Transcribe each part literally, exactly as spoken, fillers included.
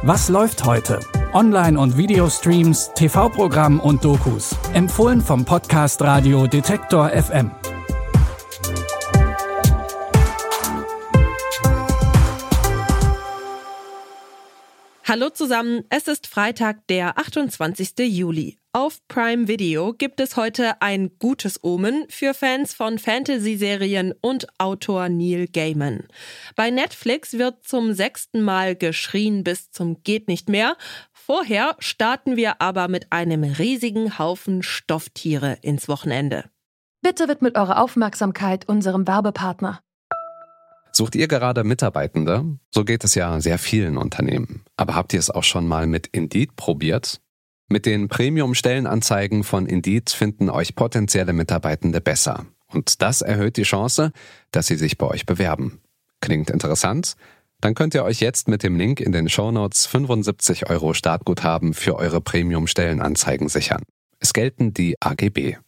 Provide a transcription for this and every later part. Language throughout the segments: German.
Was läuft heute? Online- und Videostreams, T V-Programm und Dokus. Empfohlen vom Podcast Radio Detektor F M. Hallo zusammen, es ist Freitag, der achtundzwanzigster Juli. Auf Prime Video gibt es heute ein gutes Omen für Fans von Fantasy-Serien und Autor Neil Gaiman. Bei Netflix wird zum sechsten Mal geschrien bis zum geht nicht mehr. Vorher starten wir aber mit einem riesigen Haufen Stofftiere ins Wochenende. Bitte widmet eure Aufmerksamkeit unserem Werbepartner. Sucht ihr gerade Mitarbeitende? So geht es ja sehr vielen Unternehmen. Aber habt ihr es auch schon mal mit Indeed probiert? Mit den Premium-Stellenanzeigen von Indeed finden euch potenzielle Mitarbeitende besser. Und das erhöht die Chance, dass sie sich bei euch bewerben. Klingt interessant? Dann könnt ihr euch jetzt mit dem Link in den Shownotes fünfundsiebzig Euro Startguthaben für eure Premium-Stellenanzeigen sichern. Es gelten die A G B.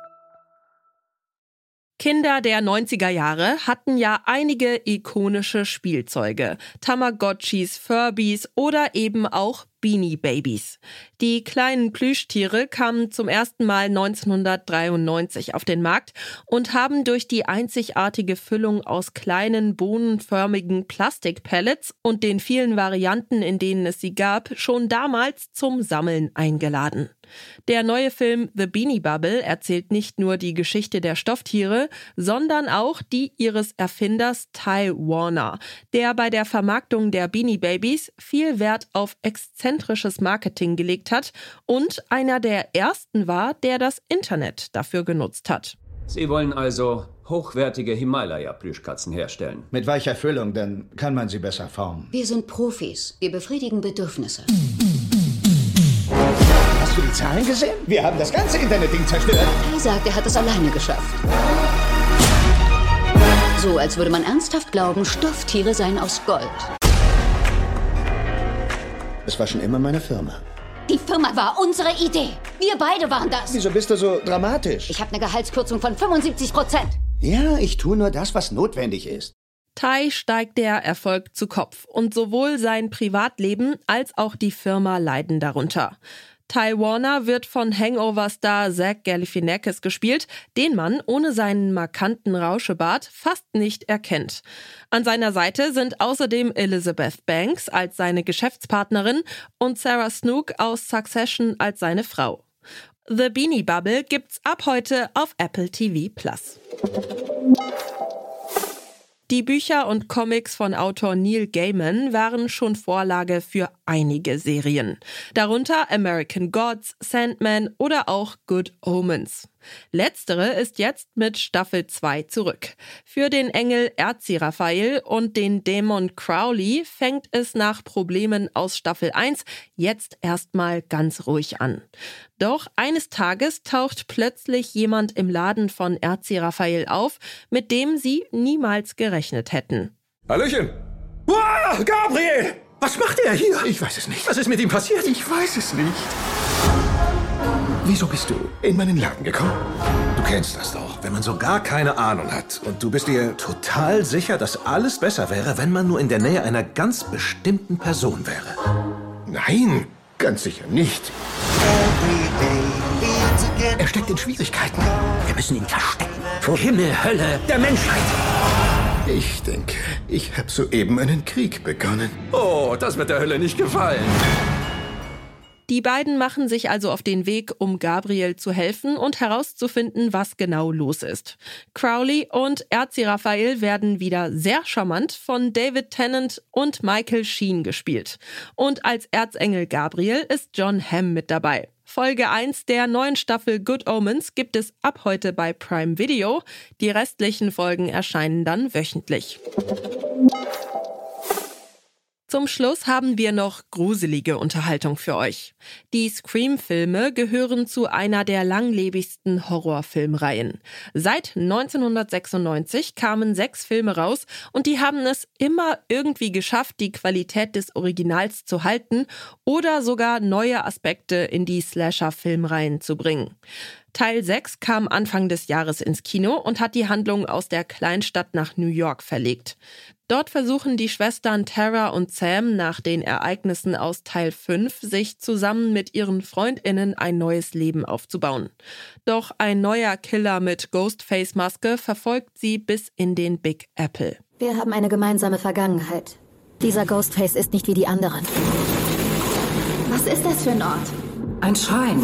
Kinder der neunziger Jahre hatten ja einige ikonische Spielzeuge, Tamagotchis, Furbies oder eben auch Beanie Babies. Die kleinen Plüschtiere kamen zum ersten Mal neunzehnhundertdreiundneunzig auf den Markt und haben durch die einzigartige Füllung aus kleinen bohnenförmigen Plastikpellets und den vielen Varianten, in denen es sie gab, schon damals zum Sammeln eingeladen. Der neue Film The Beanie Bubble erzählt nicht nur die Geschichte der Stofftiere, sondern auch die ihres Erfinders Ty Warner, der bei der Vermarktung der Beanie Babies viel Wert auf exzentrisches Marketing gelegt hat und einer der ersten war, der das Internet dafür genutzt hat. Sie wollen also hochwertige Himalaya-Plüschkatzen herstellen? Mit weicher Füllung, dann kann man sie besser formen. Wir sind Profis. Wir befriedigen Bedürfnisse. Hast du die Zahlen gesehen? Wir haben das ganze Internet-Ding zerstört. Er sagt, er hat es alleine geschafft. So, als würde man ernsthaft glauben, Stofftiere seien aus Gold. Es war schon immer meine Firma. Die Firma war unsere Idee. Wir beide waren das. Wieso bist du so dramatisch? Ich habe eine Gehaltskürzung von fünfundsiebzig Prozent. Ja, ich tue nur das, was notwendig ist. Ty steigt der Erfolg zu Kopf und sowohl sein Privatleben als auch die Firma leiden darunter. Ty Warner wird von Hangover-Star Zach Galifianakis gespielt, den man ohne seinen markanten Rauschebart fast nicht erkennt. An seiner Seite sind außerdem Elizabeth Banks als seine Geschäftspartnerin und Sarah Snook aus Succession als seine Frau. The Beanie Bubble gibt's ab heute auf Apple T V Plus. Die Bücher und Comics von Autor Neil Gaiman waren schon Vorlage für einige Serien. Darunter American Gods, Sandman oder auch Good Omens. Letztere ist jetzt mit Staffel zwei zurück. Für den Engel Erzi-Raphael und den Dämon Crowley fängt es nach Problemen aus Staffel eins jetzt erstmal ganz ruhig an. Doch eines Tages taucht plötzlich jemand im Laden von Erzi-Raphael auf, mit dem sie niemals gerechnet hätten. Hallöchen! Wow, Gabriel! Was macht er hier? Ich weiß es nicht. Was ist mit ihm passiert? Ich weiß es nicht. Wieso bist du in meinen Laden gekommen? Du kennst das doch, wenn man so gar keine Ahnung hat. Und du bist dir total sicher, dass alles besser wäre, wenn man nur in der Nähe einer ganz bestimmten Person wäre. Nein, ganz sicher nicht. Er steckt in Schwierigkeiten. Wir müssen ihn verstecken. Vor Himmel, Hölle, der Menschheit. Ich denke, ich habe soeben einen Krieg begonnen. Oh, das wird der Hölle nicht gefallen. Die beiden machen sich also auf den Weg, um Gabriel zu helfen und herauszufinden, was genau los ist. Crowley und Erzi-Raphael werden wieder sehr charmant von David Tennant und Michael Sheen gespielt. Und als Erzengel Gabriel ist John Hamm mit dabei. Folge eins der neuen Staffel Good Omens gibt es ab heute bei Prime Video. Die restlichen Folgen erscheinen dann wöchentlich. Zum Schluss haben wir noch gruselige Unterhaltung für euch. Die Scream-Filme gehören zu einer der langlebigsten Horrorfilmreihen. Seit neunzehnhundertsechsundneunzig kamen sechs Filme raus und die haben es immer irgendwie geschafft, die Qualität des Originals zu halten oder sogar neue Aspekte in die Slasher-Filmreihen zu bringen. Teil sechs kam Anfang des Jahres ins Kino und hat die Handlung aus der Kleinstadt nach New York verlegt. Dort versuchen die Schwestern Tara und Sam nach den Ereignissen aus Teil fünf, sich zusammen mit ihren FreundInnen ein neues Leben aufzubauen. Doch ein neuer Killer mit Ghostface-Maske verfolgt sie bis in den Big Apple. Wir haben eine gemeinsame Vergangenheit. Dieser Ghostface ist nicht wie die anderen. Was ist das für ein Ort? Ein Schrein.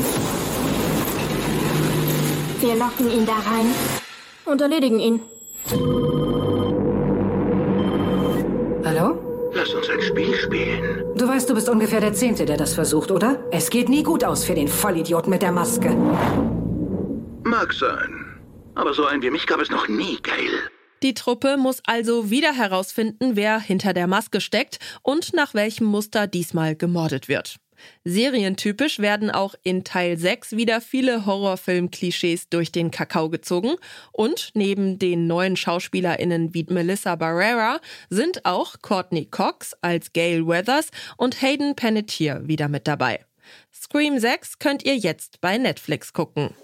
Wir locken ihn da rein und erledigen ihn. Hallo? Lass uns ein Spiel spielen. Du weißt, du bist ungefähr der Zehnte, der das versucht, oder? Es geht nie gut aus für den Vollidioten mit der Maske. Mag sein. Aber so einen wie mich gab es noch nie, Gail. Die Truppe muss also wieder herausfinden, wer hinter der Maske steckt und nach welchem Muster diesmal gemordet wird. Serientypisch werden auch in Teil sechs wieder viele Horrorfilm-Klischees durch den Kakao gezogen und neben den neuen SchauspielerInnen wie Melissa Barrera sind auch Courtney Cox als Gail Weathers und Hayden Panettiere wieder mit dabei. Scream sechs könnt ihr jetzt bei Netflix gucken.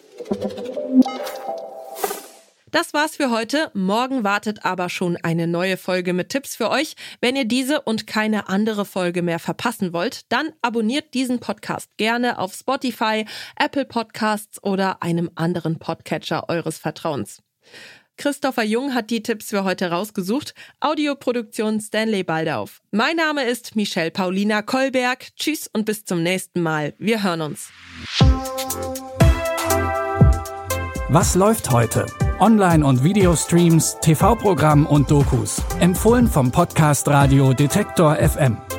Das war's für heute. Morgen wartet aber schon eine neue Folge mit Tipps für euch. Wenn ihr diese und keine andere Folge mehr verpassen wollt, dann abonniert diesen Podcast gerne auf Spotify, Apple Podcasts oder einem anderen Podcatcher eures Vertrauens. Christopher Jung hat die Tipps für heute rausgesucht. Audioproduktion Stanley Baldauf. Mein Name ist Michelle Paulina Kolberg. Tschüss und bis zum nächsten Mal. Wir hören uns. Was läuft heute? Online- und Videostreams, T V-Programm und Dokus. Empfohlen vom Podcast Radio Detektor F M.